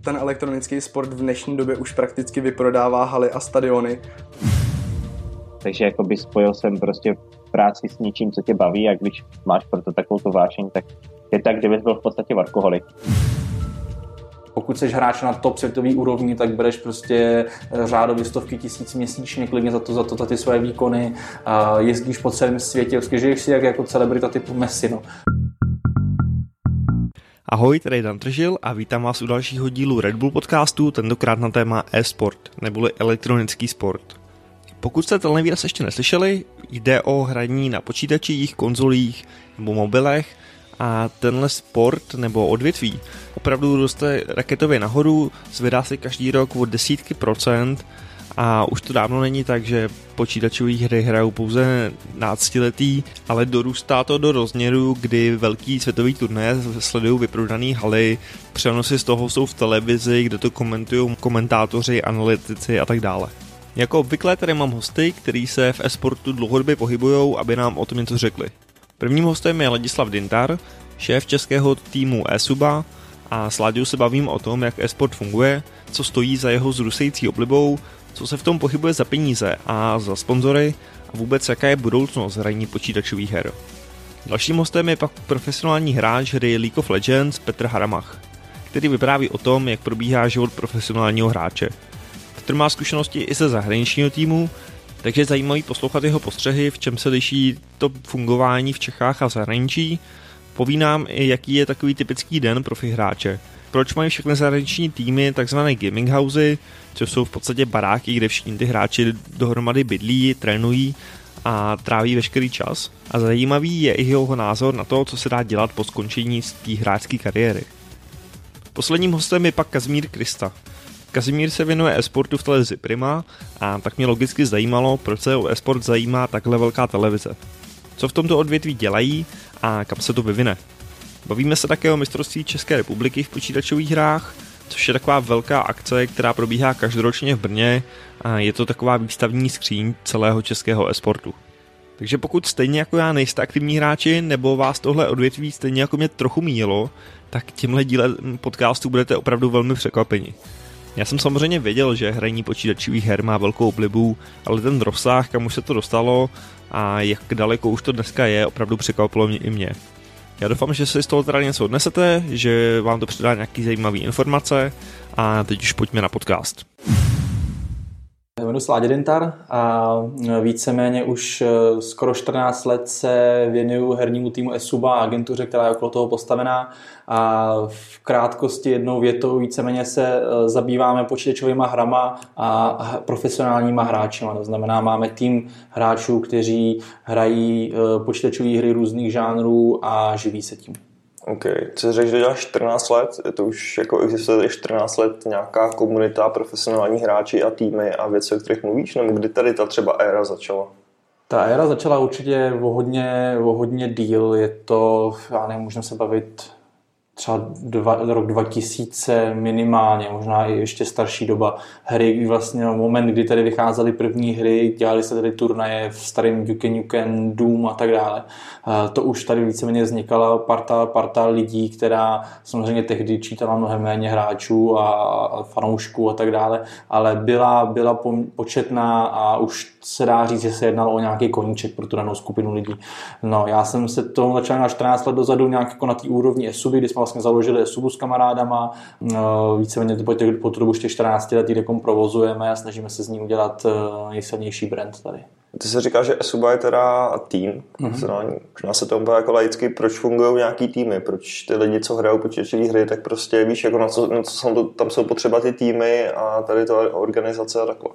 ten elektronický sport v dnešní době už prakticky vyprodává haly a stadiony. Takže jakoby spojil jsem prostě práci s něčím, co tě baví, a když máš proto takovou tu vášeň, tak je tak, kdybys byl v podstatě workoholik. Pokud jsi hráč na top světový úrovni, tak bereš prostě řádově stovky tisíc měsíčně, klidně za ty své výkony, jezdíš po celém světě, žiješ si jako celebrita typu Messi. No. Ahoj, tady Dan Tržil a vítám vás u dalšího dílu Red Bull podcastu, tentokrát na téma e-sport, neboli elektronický sport. Pokud jste tenhle výraz ještě neslyšeli, jde o hraní na počítačích, konzolích nebo mobilech a tenhle sport nebo odvětví opravdu roste raketově nahoru, zvedá se každý rok o desítky procent a už to dávno není tak, že počítačové hry hrajou pouze náctiletí, ale dorůstá to do rozměru, kdy velký světový turné sledují vyprodaný haly, přenosy z toho jsou v televizi, kde to komentují komentátoři, analytici a tak dále. Jako obvykle tady mám hosty, kteří se v e-sportu dlouhodobě pohybujou, aby nám o tom něco řekli. Prvním hostem je Ladislav Dintar, šéf českého týmu eSuba, a s Láďou se bavím o tom, jak e-sport funguje, co stojí za jeho zrusející oblibou, co se v tom pohybuje za peníze a za sponzory a vůbec jaká je budoucnost hraní počítačových her. Dalším hostem je pak profesionální hráč hry League of Legends Petr Haramach, který vypráví o tom, jak probíhá život profesionálního hráče. Petr má zkušenosti i ze zahraničního týmu, takže je zajímavý poslouchat jeho postřehy, v čem se liší to fungování v Čechách a v zahraničí. Poví nám i, jaký je takový typický den profi hráče. Proč mají všechny zahraniční týmy takzvané gaming housey, což jsou v podstatě baráky, kde všichni ty hráči dohromady bydlí, trénují a tráví veškerý čas. A zajímavý je i jeho názor na to, co se dá dělat po skončení té hráčské kariéry. Posledním hostem je pak Kazimír Krysta. Kazimír se věnuje e-sportu v televizi Prima a tak mě logicky zajímalo, proč se o e-sport zajímá takhle velká televize. Co v tomto odvětví dělají a kam se to vyvine. Bavíme se také o mistrovství České republiky v počítačových hrách, což je taková velká akce, která probíhá každoročně v Brně a je to taková výstavní skříň celého českého e-sportu. Takže pokud stejně jako já nejste aktivní hráči, nebo vás tohle odvětví stejně jako mě trochu míjelo, tak tímhle dílem podcastu budete opravdu velmi překvapeni. Já jsem samozřejmě věděl, že hraní počítačových her má velkou oblibu, ale ten rozsah, kam už se to dostalo a jak daleko už to dneska je, opravdu překvapilo mě i mě. Já doufám, že si z toho teda něco odnesete, že vám to předá nějaký zajímavý informace a teď už pojďme na podcast. Jmenuji se Láďa Dintar a víceméně už skoro 14 let se věnuju hernímu týmu eSuba a agentuře, která je okolo toho postavená. A v krátkosti jednou větou víceméně se zabýváme počítačovýma hrama a profesionálníma hráčima. To znamená, máme tým hráčů, kteří hrají počítačové hry různých žánrů a živí se tím. OK. Co jsi řekl, že děláš 14 let? Je to už jako existuje 14 let nějaká komunita, profesionální hráči a týmy a věci, o kterých mluvíš? Nebo kdy tady ta třeba éra začala? Ta éra začala určitě o hodně díl. Je to, já nevím, můžeme se bavit třeba rok 2000 minimálně, možná i ještě starší doba. Hry, vlastně moment, kdy tady vycházely první hry, dělali se tady turnaje v starém Duke Nukem, Doom a tak dále. To už tady víceméně vznikala parta lidí, která samozřejmě tehdy čítala mnohem méně hráčů a fanoušků a tak dále, ale byla početná a už se dá říct, že se jednalo o nějaký koníček pro tu danou skupinu lidí. No, já jsem se tomu začal na 14 let dozadu nějak jako na té úrovni eSuby, kdy jsme vlastně založili eSubu s kamarádama. Víceméně po tu dobu těch 14 let kdekom provozujeme a snažíme se z ní udělat nejsilnější brand tady. Ty se říká, že eSuba je teda tým. Možná se to jako laicky, proč fungují nějaký týmy, proč ty lidi, co hrajou počítačové hry, tak prostě víš, jako na co tam jsou potřeba ty týmy a tady to organizace a takhle.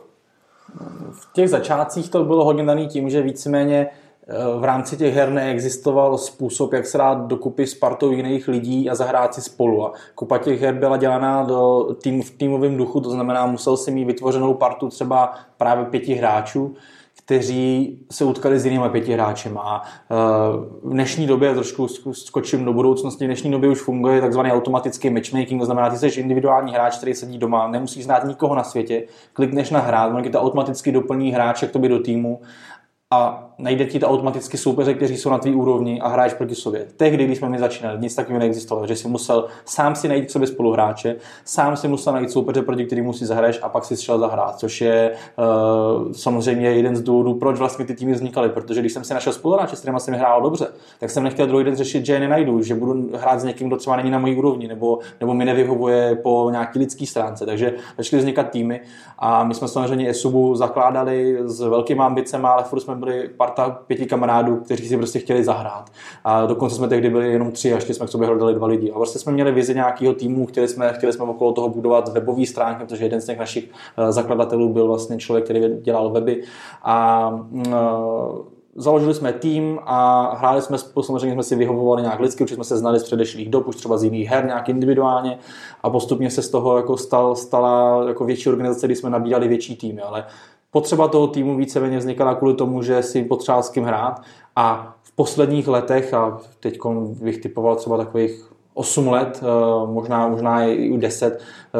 V těch začátcích to bylo hodně daný tím, že víceméně v rámci těch her neexistoval způsob, jak se dát dokupy s partou jiných lidí a zahrát si spolu. A kupa těch her byla dělaná v týmovém duchu, to znamená, musel si mít vytvořenou partu třeba právě 5 hráčů, kteří se utkali s jinými 5 hráčem. A v dnešní době, trošku skočím do budoucnosti, v dnešní době už funguje takzvaný automatický matchmaking, to znamená, ty jsi individuální hráč, který sedí doma, nemusíš znát nikoho na světě, klikneš na hrát, on ti to automaticky doplní hráče k tobě do týmu a najde ti to automaticky soupeře, kteří jsou na tvý úrovni a hraješ proti sobě. Tehdy, když jsme my začínali, nic takového neexistovalo, že si musel sám si najít k sobě spoluhráče, sám si musel najít soupeře, proti kterému si zahraješ a pak si šel zahrát, což je samozřejmě jeden z důvodů, proč vlastně ty týmy vznikaly, protože když jsem si našel spoluhráče, s kterými jsem hrál dobře, tak jsem nechtěl druhý den řešit, že je nenajdu, že budu hrát s někým, kdo třeba není na mojí úrovni, nebo mi nevyhovuje po nějaký lidský stránce. Takže začaly vznikat týmy a my jsme samozřejmě eSubu zakládali s velkými ambicemi, ale furt jsme byli parta 5 kamarádů, kteří si prostě chtěli zahrát. A dokonce jsme tehdy byli jenom 3 a ještě jsme k sobě hledali 2 lidi. A vlastně jsme měli vizi nějakého týmu, chtěli jsme okolo toho budovat webové stránky, protože jeden z těch našich zakladatelů byl vlastně člověk, který dělal weby. A založili jsme tým a hráli jsme spolu, samozřejmě jsme si vyhovovali nějak lidsky, určitě jsme se znali z předešlých dob, už třeba z jiných her, nějak individuálně a postupně se z toho jako stala jako větší organizace, kdy jsme nabírali větší týmy, ale potřeba toho týmu víceméně vznikala kvůli tomu, že si potřeboval s kým hrát a v posledních letech, a teď bych typoval třeba takových 8 let, možná i 10,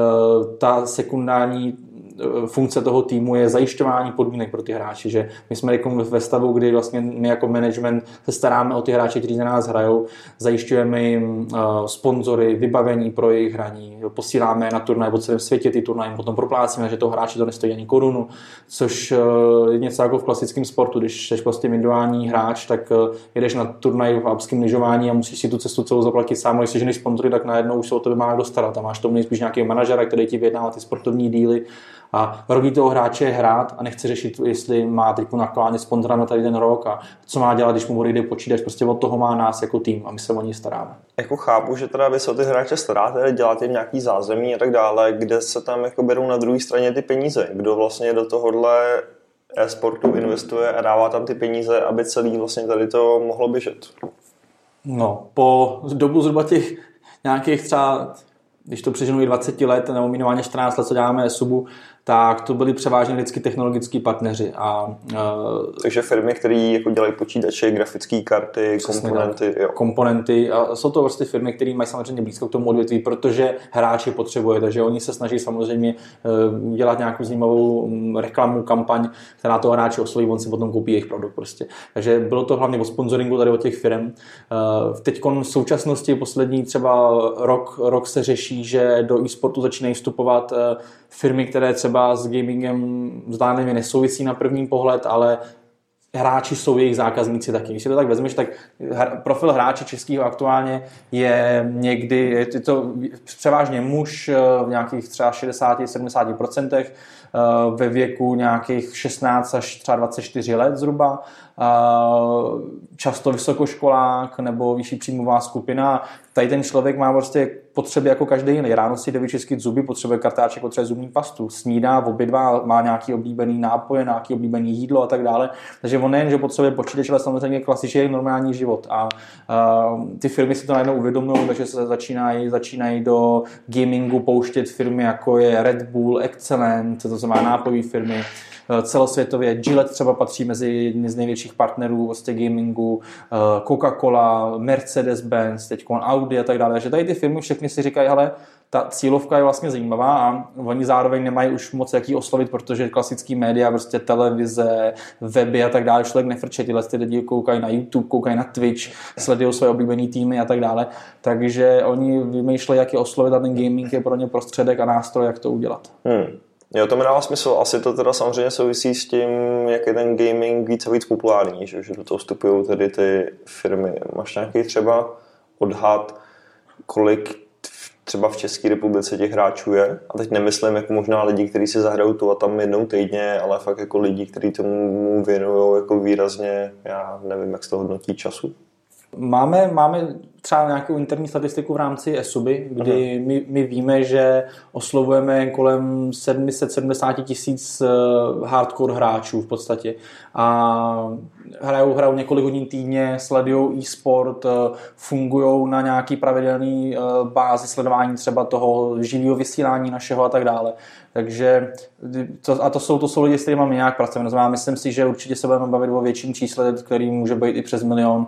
ta sekundární funkce toho týmu je zajišťování podmínek pro ty hráče, že my jsme ve stavu, kdy vlastně my jako management se staráme o ty hráče, kteří za nás hrajou, zajišťujeme jim sponzory, vybavení pro jejich hraní, posíláme na turnaj po celém světě ty turnaje, potom proplácíme, že toho hráče to nestojí ani korunu, což je něco jako v klasickém sportu, když jsi prostě individuální hráč, tak jedeš na turnaj v alpském lyžování a musíš si tu cestu celou zaplatit sám, když jsi sponzory, tak najednou už se o tebe má dostat a máš tomu nejspíš nějakého manažera, který ti vyjednává ty sportovní díly. A rodí toho hráče je hrát a nechce řešit, jestli má teď naklánět sponzora na tady ten rok a co má dělat, když mu odejde počítač. Prostě od toho má nás jako tým a my se o ní staráme. Jako chápu, že teda vy se o ty hráče staráte, děláte jim nějaký zázemí a tak dále, kde se tam jako berou na druhé straně ty peníze, kdo vlastně do tohohle e-sportu investuje a dává tam ty peníze, aby celý vlastně tady to mohlo běžet. No, po dobu zhruba těch nějakých třeba, když to přeženu i 20 let nebo minimálně 14 let, co děláme eSubu, tak to byli převážně vždycky technologický partneři. Takže firmy, které jako dělají počítače, grafické karty, komponenty. Jo. Komponenty a jsou to vlastně firmy, které mají samozřejmě blízko k tomu odvětví, protože hráči potřebuje, takže oni se snaží samozřejmě dělat nějakou zajímavou reklamu, kampaň, která toho hráče osloví, on si potom koupí jejich produkt prostě. Takže bylo to hlavně o sponsoringu tady od těch firm. Teď v současnosti poslední třeba rok se řeší, že do e-sportu začínají vstupovat firmy, které třeba s gamingem zdánlivě nesouvisí na první pohled, ale hráči jsou jejich zákazníci taky. Když si to tak vezmeš, tak profil hráče českého aktuálně je někdy, je to převážně muž v nějakých třeba 60-70%, ve věku nějakých 16 až třeba 24 let zhruba, často vysokoškolák nebo vyšší příjmová skupina. Tady ten člověk má prostě potřeby jako každý jiný. Ráno si jde vyčistit zuby, potřebuje kartáček, potřebuje zubní pastu, snídá, obědvá, má nějaký oblíbený nápoje, nějaký oblíbený jídlo a tak dále. Takže on nejen, že potřebuje počítač, ale samozřejmě klasický normální život. A ty firmy si to najednou uvědomují, takže se začínají do gamingu pouštět firmy, jako je Red Bull, Excellent, to znamená nápojové firmy. Celosvětově Gillette třeba patří mezi jedny z největších partnerů vlastně gamingu, Coca-Cola, Mercedes-Benz, teď Audi a tak dále. Takže tady ty firmy všechny si říkají, hele, ta cílovka je vlastně zajímavá a oni zároveň nemají už moc jaký oslovit, protože klasický média, prostě televize, weby a tak dále, člověk nefrče, tyhle ty lidi koukají na YouTube, koukají na Twitch, sledují své oblíbený týmy a tak dále. Takže oni vymýšlejí, jak je oslovit a ten gaming je pro ně prostředek a nástroj, jak to udělat. Jo, to mi dává smysl. Asi to teda samozřejmě souvisí s tím, jak je ten gaming víc a víc populární, že do toho vstupují tedy ty firmy. Máš nějaký třeba odhad, kolik třeba v České republice těch hráčů je? A teď nemyslím jako možná lidi, kteří si zahrajou tu a tam jednou týdně, ale fakt jako lidi, kteří tomu věnují jako výrazně, já nevím, jak se to hodnotí času. Máme třeba nějakou interní statistiku v rámci eSuby, kdy my víme, že oslovujeme kolem 770 000 hardcore hráčů v podstatě. A hrajou několik hodin týdně, sledují e-sport, fungují na nějaký pravidelný bázi sledování třeba toho živého vysílání našeho a tak dále. Takže to jsou lidi, s kterými máme nějak pracujeme. Znamená, myslím si, že určitě se budeme bavit o větším čísle, který může být i přes 1 milion.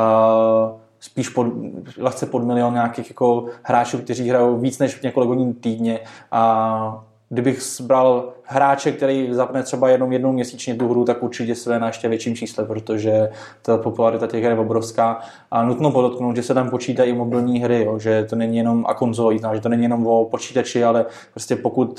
Spíš lehce pod 1 milion nějakých jako hráčů, kteří hrajou víc než několik hodin týdně a kdybych zbral hráče, který zapne třeba jednou měsíčně tu hru, tak určitě se na ještě větším čísle, protože ta popularita těch her je obrovská. A nutno podotknout, že se tam počítají i mobilní hry, jo, že to není jenom a konzolový, že to není jenom o počítači, ale prostě pokud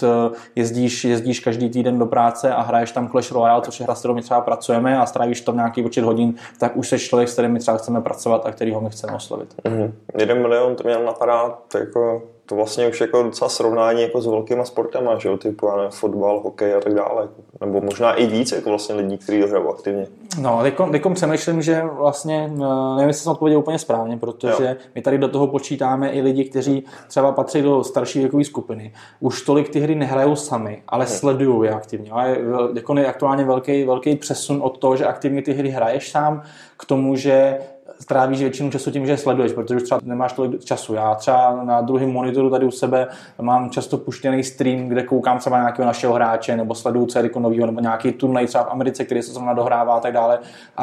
jezdíš každý týden do práce a hraješ tam Clash Royale, což je hra, s kterou my třeba pracujeme a strávíš tam nějaký počet hodin, tak už jsi člověk, s kterým my třeba chceme pracovat a kterýho my chceme oslovit. 1 milion, to mě napadá, to vlastně už jako docela srovnání jako s velkýma sportama, že jo, typu fotbal, hokej a tak dále, nebo možná i víc jako vlastně lidí, kteří to hrajou aktivně. No, teďkom přemýšlím, že vlastně, nevím, jestli jsem odpověděl úplně správně, protože my tady do toho počítáme i lidi, kteří třeba patří do starší věkové skupiny. Už tolik ty hry nehrajou sami, ale sledují je aktivně. Ale jako je aktuálně velký přesun od toho, že aktivně ty hry hraješ sám, k tomu, že strávíš většinu času tím, že je sleduješ, protože už třeba nemáš tolik času. Já třeba na druhém monitoru tady u sebe mám často puštěný stream, kde koukám třeba nějakého našeho hráče, nebo sleduju seriku novýho, nebo nějaký turnaj třeba v Americe, který se zrovna dohrává a tak dále.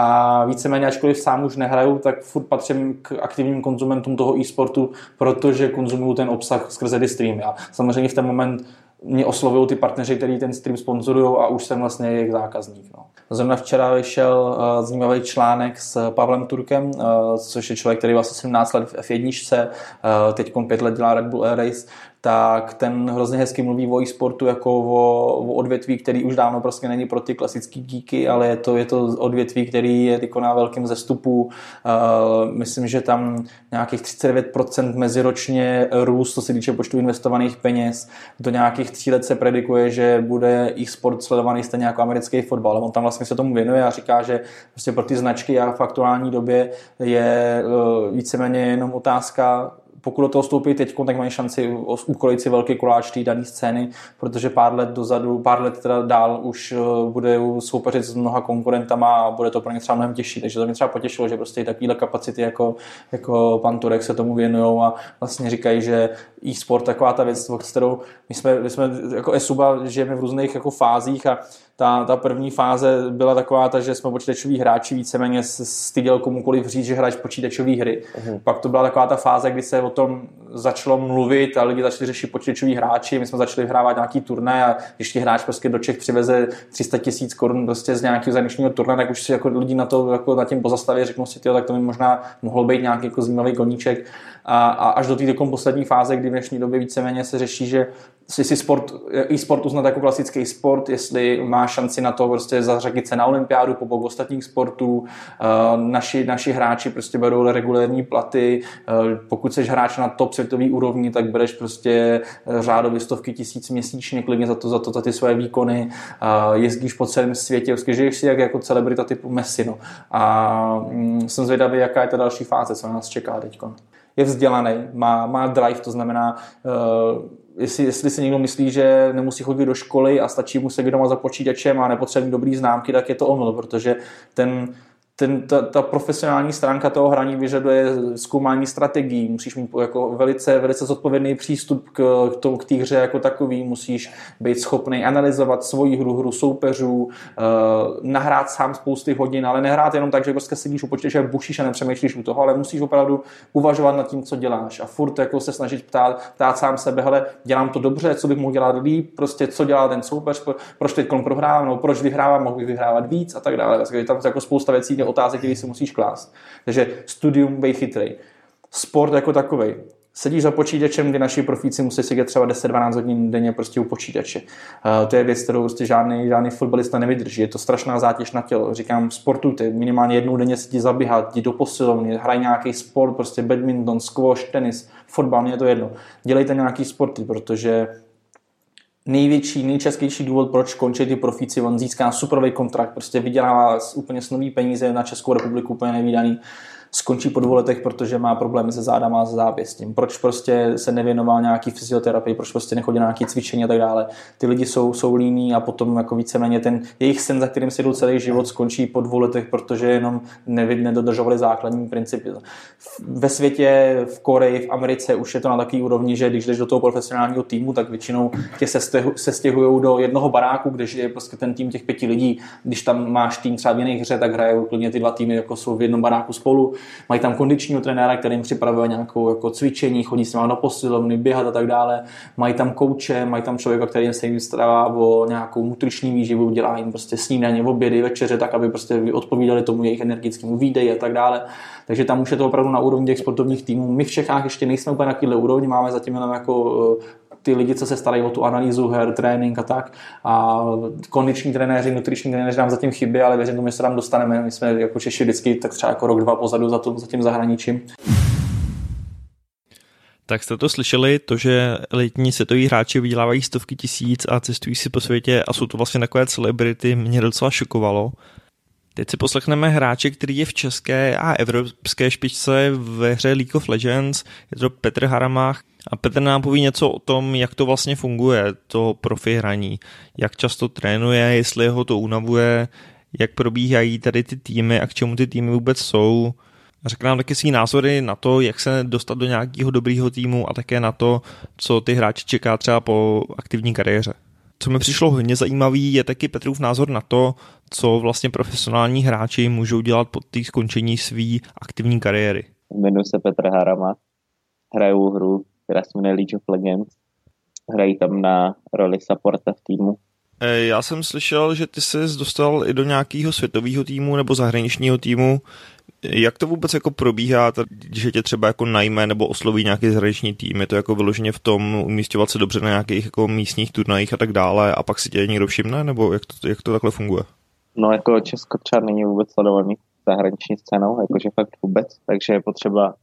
A víceméně, ačkoliv sám už nehraju, tak furt patřím k aktivním konzumentům toho e-sportu, protože konzumuju ten obsah skrze ty streamy. A samozřejmě v ten moment mě oslovují ty partneři, kteří ten stream sponzorují a už jsem vlastně jejich zákazník. No. Zrovna včera vyšel zajímavý článek s Pavlem Turkem, což je člověk, který vlastně 17 let v F1, teď 5 let dělá Red Bull Air Race, tak ten hrozně hezky mluví o e-sportu jako o odvětví, který už dávno prostě není pro ty klasický geeky, ale je to odvětví, který je jako na velkém zestupu. Myslím, že tam nějakých 39% meziročně růst, co se týče počtu investovaných peněz. Do nějakých 3 let se predikuje, že bude e-sport sledovaný stejně jako americký fotbal. On tam vlastně se tomu věnuje a říká, že prostě pro ty značky a v aktuální době je víceméně jenom otázka, pokud do toho vstoupí teď, tak mají šanci ukolit si velký koláč té dané scény, protože pár let teda dál už bude soupeřit s mnoha konkurentama a bude to pro ně třeba mnohem těžší. Takže to mě třeba potěšilo, že prostě takovýhle kapacity jako pan Turek se tomu věnují a vlastně říkají, že e-sport taková ta věc, kterou my jsme jako eSuba žijeme v různých jako fázích a ta první fáze byla taková, že jsme počítačoví hráči víceméně styděl komukoliv říct, že hráč počítačové hry. Pak to byla taková ta fáze, kdy se o tom začalo mluvit a lidi začali řešit počítačoví hráči. My jsme začali hrávat nějaký turnaj a když ti hráč prostě do Čech přiveze 300 000 korun prostě z nějakého zahraničního turnaje, tak už si jako lidi na to jako na tím pozastaví, řeknou si, tak to by možná mohlo být nějaký jako zajímavý koníček. A až do té poslední fáze, kdy v dnešní době víceméně se řeší, že si e-sport uznat jako klasický sport, jestli má šanci na to prostě zařadit se na olympiádu po boku ostatních sportů. Naši hráči prostě berou regulérní platy. Pokud jsi hráč na top světový úrovni, tak bereš prostě řádově stovky tisíc měsíčně, klidně za ty své výkony. Jezdíš po celém světě, žiješ si jako celebrita typu Messi. No. A jsem zvědavý, jaká je ta další fáze, co nás čeká teďko. Je vzdělaný, má drive, to znamená, jestli si někdo myslí, že nemusí chodit do školy a stačí mu sedět doma za počítačem a nepotřebuje dobrý známky, tak je to omyl, protože ta profesionální stránka toho hraní vyžaduje zkoumání strategií, musíš mít jako velice zodpovědný přístup k té hře jako takový, musíš být schopný analyzovat svoji hru soupeřů, nahrát sám spousty hodin, ale nehrát jenom tak, že prostě sedíš u počítače, bušíš a nepřemýšlíš u toho, ale musíš opravdu uvažovat nad tím, co děláš a furt jako se snažit ptát sám sebe, hele, dělám to dobře, co bych mohl dělat líp, prostě co dělá ten soupeř, proč teď prohrávám, no, proč vyhrávám, mohl bych vyhrávat víc a tak dále. Takže tam jako spousta věcí, otázek, které si musíš klást. Takže studium, bej chytrej. Sport jako takovej. Sedíš za počítačem, kdy naši profíci musí sedět třeba 10-12 hodin denně prostě u počítače. To je věc, kterou prostě žádný fotbalista nevydrží. Je to strašná zátěž na tělo. Říkám, sportujte, minimálně jednou denně si zaběhat, jdi do posilovny, hraj nějaký sport, prostě badminton, squash, tenis, fotbal, mě je to jedno. Dělejte nějaký sporty, protože nejčastější důvod, proč končí ty profíci, on získá superový kontrakt, prostě vydělává úplně snový peníze na Českou republiku, úplně nevídaný, skončí po 2 letech, protože má problémy se zádama a se zápěstím. Proč prostě se nevěnoval nějaký fyzioterapii, proč prostě nechodil na nějaké cvičení a tak dále. Ty lidi jsou líní a potom jako víceméně ten jejich sen, za kterým si jdou celý život, skončí po 2 letech, protože jenom nedodržovali základní principy. Ve světě, v Koreji, v Americe už je to na takový úrovni, že když jdeš do toho profesionálního týmu, tak většinou tě se stěhují do jednoho baráku, kde je prostě ten tým těch 5 lidí. Když tam máš tým třeba v jiné hře, tak hrajou klidně ty 2 týmy jako jsou v jednom baráku spolu. mají tam kondičního trenéra, který jim připravuje nějakou jako cvičení, chodí s nimi na posilovny, běhat a tak dále, mají tam kouče, mají tam člověka, který se jim stará o nějakou nutriční výživu, dělá jim prostě snídaně, obědy, večeře, tak aby prostě odpovídali tomu jejich energetickému výdeji a tak dále. Takže tam už je to opravdu na úrovni těch sportovních týmů. My v Čechách ještě nejsme úplně na této úrovni, máme zatím jenom jako ty lidi, co se starají o tu analýzu her, trénink a tak. A kondiční trenéři, nutriční trenéři nám zatím chybí, ale věřím tomu, že se tam dostaneme. My jsme jako Češi vždycky tak třeba jako rok, dva pozadu za tím zahraničím. Tak jste to slyšeli, to, že elitní světoví hráči vydělávají stovky tisíc a cestují si po světě a jsou to vlastně takové celebrity, mě docela šokovalo. Teď si poslechneme hráče, který je v české a evropské špičce ve hře League of Legends. Je to Petr Haramach. A Petr nám poví něco o tom, jak to vlastně funguje, to profi hraní. Jak často trénuje, jestli ho to unavuje, jak probíhají tady ty týmy a k čemu ty týmy vůbec jsou. Řekne nám taky svý názory na to, jak se dostat do nějakého dobrýho týmu a také na to, co ty hráči čeká třeba po aktivní kariéře. Co mi přišlo hodně zajímavý, je taky Petrův názor na to, co vlastně profesionální hráči můžou dělat po té skončení své aktivní kariéry. Jmenuji se Petr Haramach, hraju hru, která se jmenuje League of Legends. Hrají tam na roli supporta v týmu. Já jsem slyšel, že ty jsi dostal i do nějakého světového týmu nebo zahraničního týmu. Jak to vůbec jako probíhá, když tě třeba jako najme nebo osloví nějaký zahraniční tým? Je to jako vyloženě v tom umísťovat se dobře na nějakých jako místních turnajích a tak dále a pak si tě někdo všimne? Nebo jak to takhle funguje? No jako Česko třeba není vůbec sledovaný zahraniční scénou, jakože fakt vůbec, takže je potřeba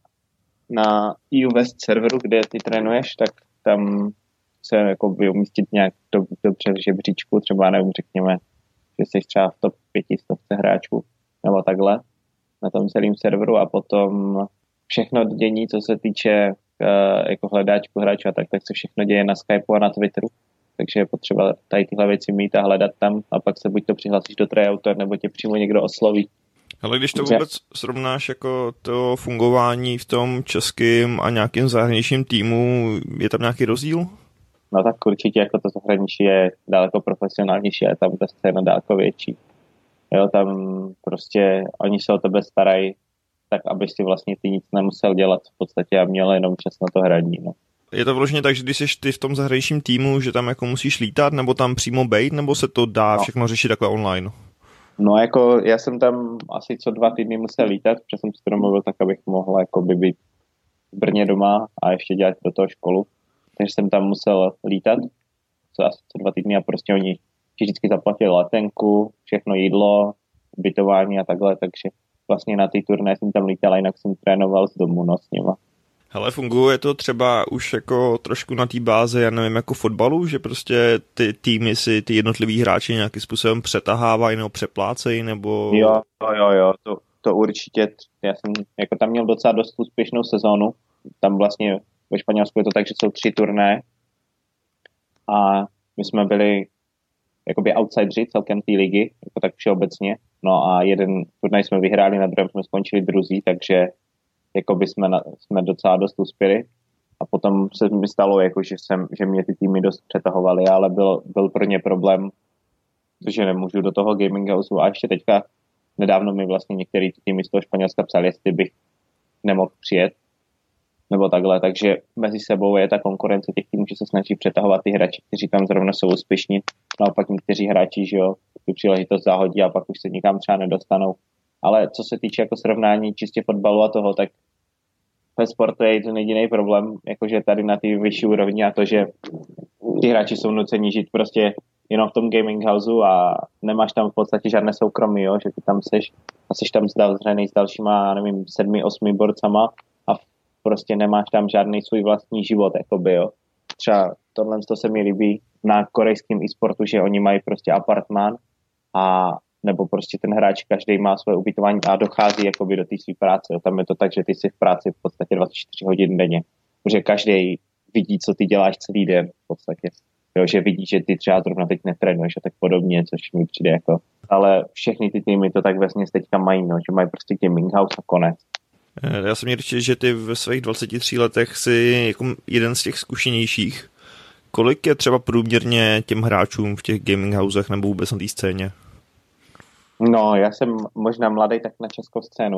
na EU West serveru, kde ty trénuješ, tak tam se jako umístit nějak dobře v žebříčku, třeba nevím, řekněme, že jsi třeba v top 500 hráčů nebo takhle na tom celém serveru a potom všechno dění, co se týče jako hledáčku hráčů a tak se všechno děje na Skypeu a na Twitteru. Takže je potřeba tady tyhle věci mít a hledat tam a pak se buď to přihlásíš do tryoutu, nebo tě přímo někdo osloví. Ale když to vůbec srovnáš jako to fungování v tom českém a nějakým zahraničním týmu, je tam nějaký rozdíl? No tak určitě jako to zahraničí je daleko profesionálnější a tam ta scéna daleko větší. Jo, tam prostě oni se o tebe starají tak, aby si vlastně ty nic nemusel dělat v podstatě a měl jenom čas na to hraní. No. Je to vložně tak, že když jsi ty v tom zahraničním týmu, že tam jako musíš lítat nebo tam přímo bejt, nebo se to dá všechno řešit takhle online? No jako já jsem tam asi co 2 týdny musel lítat, protože jsem si to domluvil tak, abych mohl jakoby být v Brně doma a ještě dělat do toho školu. Takže jsem tam musel lítat asi co 2 týdny a prostě oni vždycky zaplatili letenku, všechno jídlo, ubytování a takhle, takže vlastně na ty turné jsem tam lítal a jinak jsem trénoval z domu s nima. Hele, funguje to třeba už jako trošku na té báze, já nevím, jako fotbalu, že prostě ty týmy si ty jednotlivý hráči nějakým způsobem přetahávají nebo přeplácejí, nebo... Jo, to určitě. Já jsem jako tam měl docela dost úspěšnou sezónu. Tam vlastně ve Španělsku je to tak, že jsou 3 turné a my jsme byli jakoby outsideri celkem té ligy, jako tak všeobecně. No a jeden turnaj jsme vyhráli, na druhém jsme skončili druzí, takže jakoby jsme docela dost uspěli. A potom se mi stalo, jako, že mě ty týmy dost přetahovaly, ale byl pro ně problém, že nemůžu do toho gaming houseu. A ještě teďka nedávno mi vlastně některé týmy z toho Španělska psali, jestli bych nemohl přijet. Nebo takhle, takže mezi sebou je ta konkurence těch týmů, že se snaží přetahovat ty hráči, kteří tam zrovna jsou úspěšní. Naopak někteří hráči, že jo, tu příležitost zahodí a pak už se nikam třeba nedostanou. Ale co se týče jako srovnání čistě fotbalu a toho, tak ve sportu je ten jediný problém, jakože tady na té vyšší úrovni a to, že ty hráči jsou nuceni žít prostě jenom v tom gaming houseu a nemáš tam v podstatě žádné soukromí, jo, že ty tam seš tam zavřený s dalšíma, nevím, 7-8 borcama a prostě nemáš tam žádný svůj vlastní život, jakoby, jo. Třeba tohle se mi líbí na korejském e-sportu, že oni mají prostě apartmán a nebo prostě ten hráč každý má svoje ubytování a dochází jakoby do té své práce. Jo. Tam je to tak, že ty jsi v práci v podstatě 24 hodin denně, protože každý vidí, co ty děláš celý den v podstatě. Jo, že vidí, že ty třeba zrovna teď netrénuješ a tak podobně, což mi přijde jako. Ale všechny ty týmy to tak vlastně teďka mají, no, že mají prostě gaming house a konec. Já jsem měl říct, že ty ve svých 23 letech jsi jako jeden z těch zkušenějších. Kolik je třeba průměrně těm hráčům v těch gaming housech nebo vůbec na té scéně? No, já jsem možná mladý tak na českou scénu,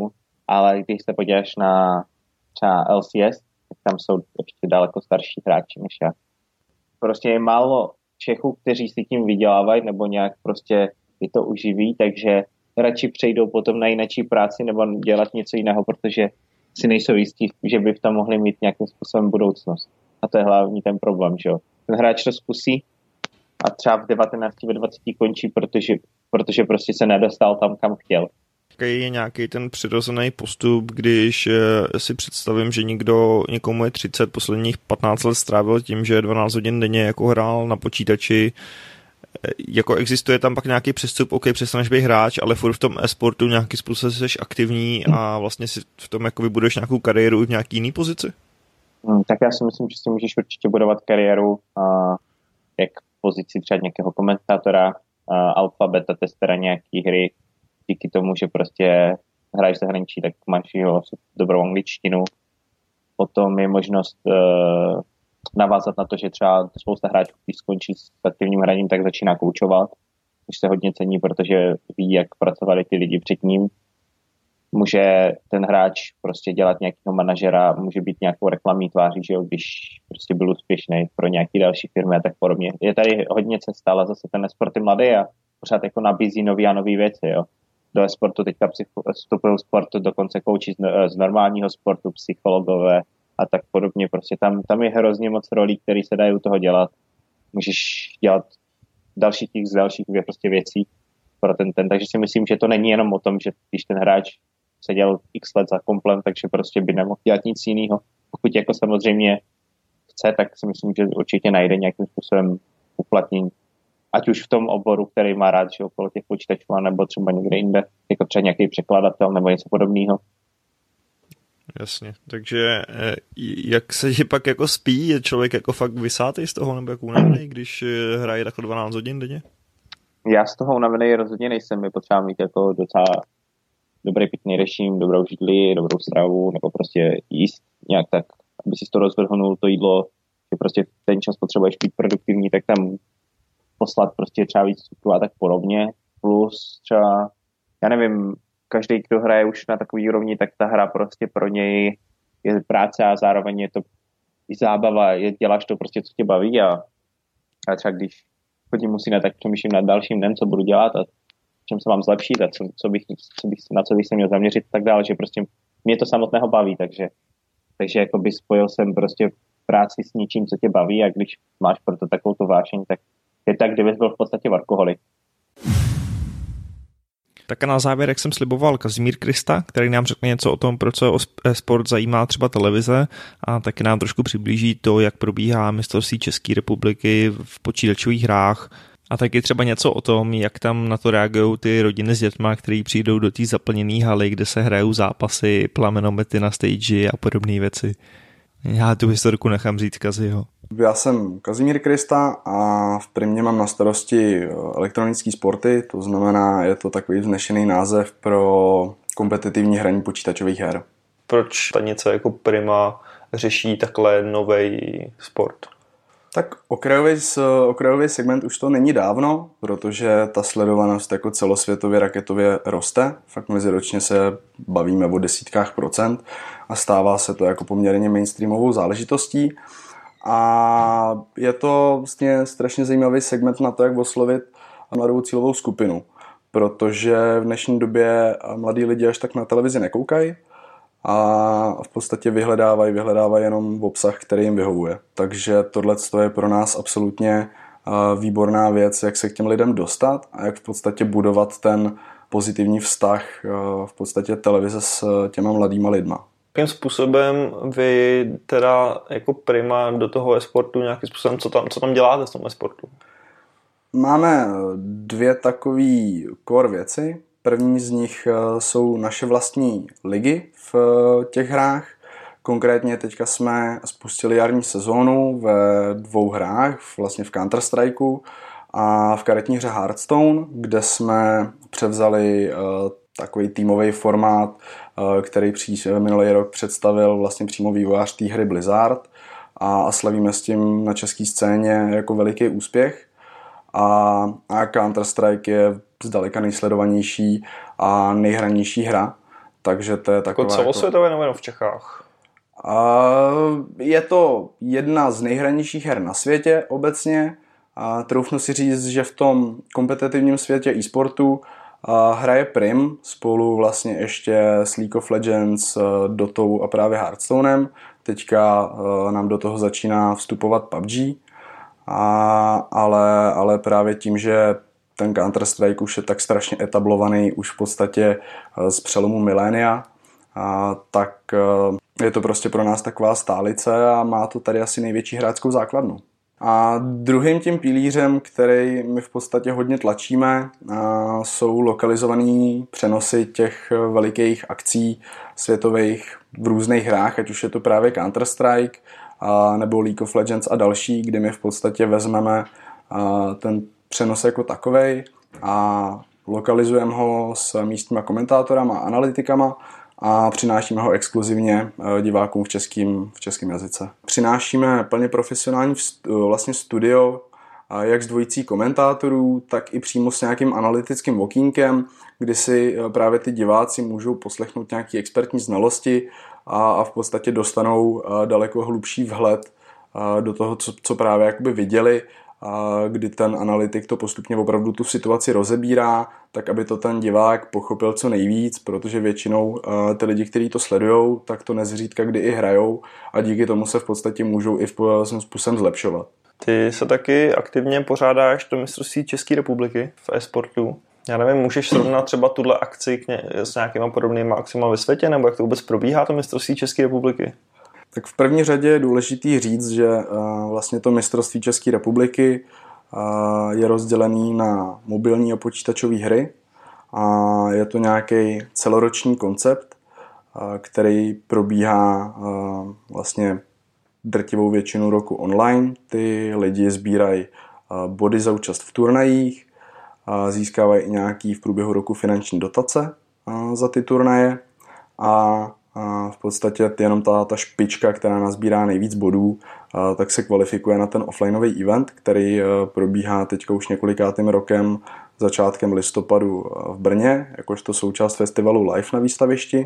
ale když se podíváš na třeba LCS, tak tam jsou ještě daleko starší hráči než já. Prostě je málo Čechů, kteří si tím vydělávají nebo nějak prostě je to uživí, takže radši přejdou potom na jinou práci nebo dělat něco jiného, protože si nejsou jistí, že by v tom mohli mít nějakým způsobem budoucnost. A to je hlavní ten problém, že jo. Ten hráč to zkusí a třeba v 19, ve 20 končí, protože prostě se nedostal tam, kam chtěl. Je nějaký ten přirozený postup, když si představím, že někomu je 30, posledních 15 let strávil tím, že 12 hodin denně jako hrál na počítači, jako existuje tam pak nějaký přestup, OK, přestaneš být hráč, ale furt v tom e-sportu nějaký způsob jsi aktivní a vlastně si v tom jako vybuduješ nějakou kariéru v nějaký jiný pozici? Tak já si myslím, že si můžeš určitě budovat kariéru jak v pozici třeba nějakého komentátora, alfa, beta testera nějaký hry, díky tomu, že prostě hraješ zahraničí, tak máš dobrou angličtinu. Potom je možnost navázat na to, že třeba spousta hráčů, když skončí s aktivním hraním, tak začíná koučovat, což se hodně cení, protože ví, jak pracovali ty lidi před ním. Může ten hráč prostě dělat nějakého manažera, může být nějakou reklamní tváří, že jo, když prostě byl úspěšný pro nějaké další firmy a tak podobně. Je tady hodně cesta, ale zase ten sport je mladý a pořád jako nabízí nový a nový věci, jo. Do sportu teďka vstupují sportu dokonce kouči z normálního sportu, psychologové a tak podobně. Prostě tam je hrozně moc rolí, které se dají u toho dělat. Můžeš dělat dalších prostě věcí pro ten. Takže si myslím, že to není jenom o tom, že když ten hráč seděl x let za komplem, takže prostě by nemohl dělat nic jiného. Pokud jako samozřejmě chce, tak si myslím, že určitě najde nějakým způsobem uplatnění. Ať už v tom oboru, který má rád, že okolo těch počítačů, nebo třeba někde jinde, jako třeba nějaký překladatel nebo něco podobného. Jasně, takže jak se že pak jako spí, je člověk jako fakt vysátý z toho, nebo jako unavený, když hraje takhle 12 hodin denně? Já z toho unavený rozhodně nejsem, je potřeba mít jako docela dobrý pitný režim, dobrou židli, dobrou stravu, nebo prostě jíst nějak tak, aby si to rozvrhnul, to jídlo, že prostě ten čas potřebuješ být produktivní, tak tam poslat prostě třeba víc cukru a tak podobně. Plus třeba, já nevím, každý, kdo hraje už na takový úrovni, tak ta hra prostě pro něj je práce a zároveň je to i zábava, děláš to prostě, co tě baví a třeba když chodím musím, tak přemýšlím nad dalším dnem, co budu dělat a čem se mám zlepšit a na co bych se měl zaměřit a tak dále, že prostě mě to samotného baví, takže jakoby spojil jsem prostě práci s něčím, co tě baví a když máš proto takovou tu vášeň, tak je tak, kdybys byl v podstatě workoholik. Tak a na závěr, jak jsem sliboval, Kazimír Krysta, který nám řekne něco o tom, proč se o sport zajímá třeba televize a taky nám trošku přiblíží to, jak probíhá mistrovství České republiky v počítačových hrách a taky třeba něco o tom, jak tam na to reagují ty rodiny s dětma, který přijdou do té zaplněné haly, kde se hrajou zápasy, plamenomety na stage a podobné věci. Já tu historiku nechám říct Kaziho. Já jsem Kazimír Krysta a v Primě mám na starosti elektronické sporty, to znamená, je to takový vznešený název pro kompetitivní hraní počítačových her. Proč stanice jako Prima řeší takhle nový sport? Tak okrajový segment už to není dávno, protože ta sledovanost jako celosvětově raketově roste. Fakt meziročně se bavíme o desítkách procent a stává se to jako poměrně mainstreamovou záležitostí. A je to vlastně strašně zajímavý segment na to, jak oslovit mladou cílovou skupinu, protože v dnešní době mladí lidi až tak na televizi nekoukají a v podstatě vyhledávají jenom obsah, který jim vyhovuje. Takže tohle je pro nás absolutně výborná věc, jak se k těm lidem dostat a jak v podstatě budovat ten pozitivní vztah v podstatě televize s těma mladýma lidma. Jakým způsobem vy teda jako Prima do toho e-sportu nějakým způsobem, co tam děláte v tom e-sportu? Máme dvě takové core věci. První z nich jsou naše vlastní ligy v těch hrách. Konkrétně teďka jsme spustili jarní sezónu ve 2 hrách, vlastně v Counter-Strikeu a v karetní hře Hearthstone, kde jsme převzali takový týmový formát, který minulý rok představil vlastně přímo vývojář té hry Blizzard a slavíme s tím na české scéně jako veliký úspěch. A Counter-Strike je zdaleka nejsledovanější a nejhranější hra, Takže to je taková... Jako celosvětově nebo jenom v Čechách? Je to jedna z nejhranějších her na světě obecně. Troufnu si říct, že v tom kompetitivním světě e-sportu hraje Prim spolu vlastně ještě s League of Legends, Dotou a právě Hearthstonem. Teďka nám do toho začíná vstupovat PUBG, ale právě tím, že ten Counter-Strike už je tak strašně etablovaný už v podstatě z přelomu milénia, tak je to prostě pro nás taková stálice a má to tady asi největší hráčskou základnu. A druhým tím pilířem, který my v podstatě hodně tlačíme, jsou lokalizované přenosy těch velikých akcí světových v různých hrách, ať už je to právě Counter-Strike nebo League of Legends a další, kde my v podstatě vezmeme ten přenos jako takovej a lokalizujeme ho s místníma komentátorama a analytikama a přinášíme ho exkluzivně divákům v českém jazyce. Přinášíme plně profesionální vlastně studio, jak z dvojicí komentátorů, tak i přímo s nějakým analytickým okýnkem, kdy si právě ty diváci můžou poslechnout nějaké expertní znalosti a v podstatě dostanou daleko hlubší vhled do toho, co právě jakoby viděli, kdy ten analytik to postupně opravdu tu situaci rozebírá, tak aby to ten divák pochopil co nejvíc, protože většinou ty lidi, kteří to sledujou, tak to nezřídka kdy i hrajou a díky tomu se v podstatě můžou i svým způsobem zlepšovat. Ty se taky aktivně pořádáš do mistrovství České republiky v e-sportu. Já nevím, můžeš srovnat třeba tuhle akci s nějakýma podobnýma akcima ve světě, nebo jak to vůbec probíhá to mistrovství České republiky? Tak v první řadě je důležitý říct, že vlastně to mistrovství České republiky je rozdělený na mobilní a počítačové hry a je to nějaký celoroční koncept, který probíhá vlastně drtivou většinu roku online. Ty lidi sbírají body za účast v turnajích, získávají i nějaký v průběhu roku finanční dotace za ty turnaje a v podstatě jenom ta špička, která nazbírá nejvíc bodů, tak se kvalifikuje na ten offlineový event, který probíhá teďka už několikátým rokem začátkem listopadu v Brně, jakožto součást festivalu Live na výstavišti,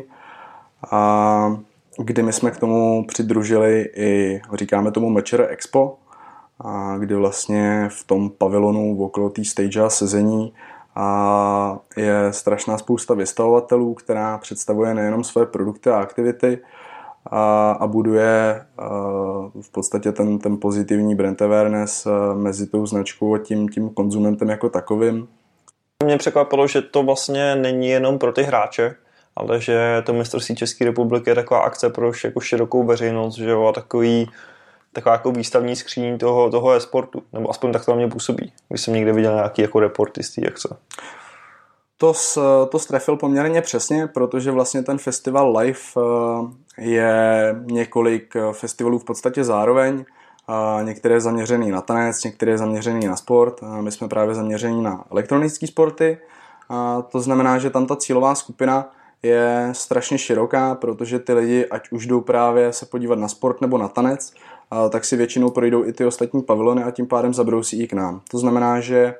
kdy my jsme k tomu přidružili i, říkáme tomu Matcher Expo, kdy vlastně v tom pavilonu okolo té stage a sezení a je strašná spousta vystavovatelů, která představuje nejenom své produkty a aktivity a buduje v podstatě ten pozitivní brand awareness mezi tou značkou a tím konzumentem jako takovým. Mě překvapilo, že to vlastně není jenom pro ty hráče, ale že to mistrovství České republiky je taková akce pro jako širokou veřejnost, že jo, a taková jako výstavní skříň toho e-sportu, nebo aspoň tak to na mě působí, když jsem někde viděl nějaký jako reporty z té akce. To strefil poměrně přesně, protože vlastně ten festival Live je několik festivalů v podstatě zároveň. Některé zaměřený na tanec, některé zaměřený na sport. My jsme právě zaměření na elektronické sporty. To znamená, že tam ta cílová skupina je strašně široká, protože ty lidi, ať už jdou právě se podívat na sport nebo na tanec, tak si většinou projdou i ty ostatní pavilony a tím pádem zabrousí i k nám. To znamená, že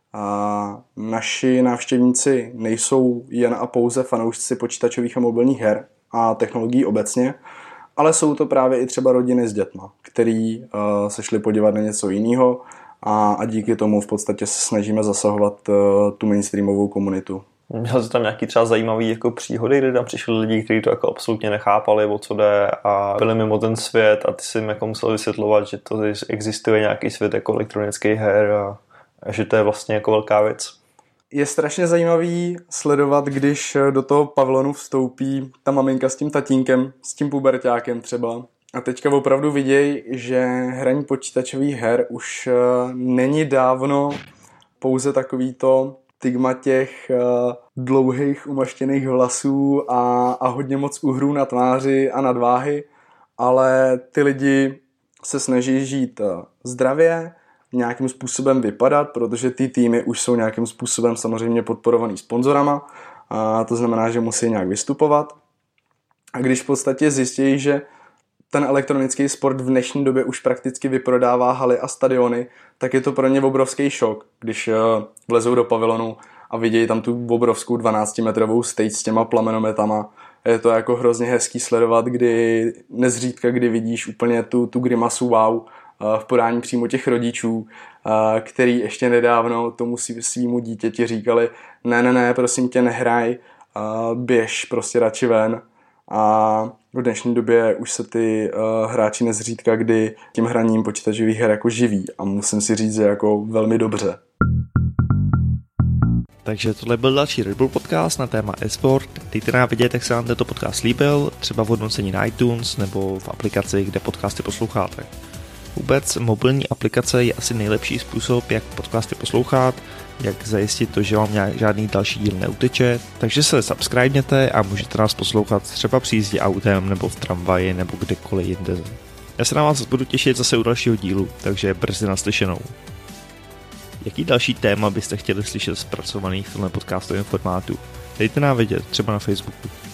naši návštěvníci nejsou jen a pouze fanoušci počítačových a mobilních her a technologií obecně, ale jsou to právě i třeba rodiny s dětma, který se šli podívat na něco jiného a díky tomu v podstatě se snažíme zasahovat tu mainstreamovou komunitu. Měl jsi tam nějaký třeba zajímavý jako příhody, kdy tam přišli lidi, kteří to jako absolutně nechápali, o co jde a byli mimo ten svět a ty si jim jako musel vysvětlovat, že to existuje nějaký svět jako elektronických her a že to je vlastně jako velká věc. Je strašně zajímavý sledovat, když do toho pavilonu vstoupí ta maminka s tím tatínkem, s tím puberťákem třeba. A teďka opravdu vidějí, že hraní počítačových her už není dávno pouze takovýto stigma těch dlouhých umaštěných vlasů a hodně moc uhrů na tváři a nadváhy, ale ty lidi se snaží žít zdravě, nějakým způsobem vypadat, protože ty týmy už jsou nějakým způsobem samozřejmě podporovaný sponzorama, a to znamená, že musí nějak vystupovat. A když v podstatě zjistí, že ten elektronický sport v dnešní době už prakticky vyprodává haly a stadiony, tak je to pro ně obrovský šok, když vlezou do pavilonu a vidějí tam tu obrovskou 12-metrovou stage s těma plamenometama je to jako hrozně hezký sledovat, kdy nezřídka, kdy vidíš úplně tu grimasu wow v podání přímo těch rodičů, který ještě nedávno tomu svýmu dítěti říkali ne, prosím tě, nehraj, běž prostě radši ven. A v dnešní době už se ty hráči nezřídka, kdy tím hraním počítačových her jako živí a musím si říct, že jako velmi dobře. Takže tohle byl další Red Bull podcast na téma e-sport. Dejte nám vědět, jak se vám tento podcast líbil, třeba v hodnocení na iTunes nebo v aplikaci, kde podcasty posloucháte. Vůbec mobilní aplikace je asi nejlepší způsob, jak podcasty poslouchat, jak zajistit to, že vám žádný další díl neuteče, takže se subscribněte a můžete nás poslouchat třeba při jízdě autem nebo v tramvaji nebo kdekoliv jinde. Já se na vás budu těšit zase u dalšího dílu, takže brzy naslyšenou. Jaký další téma byste chtěli slyšet zpracovaný v tomhle podcastovém formátu? Dejte nám vědět, třeba na Facebooku.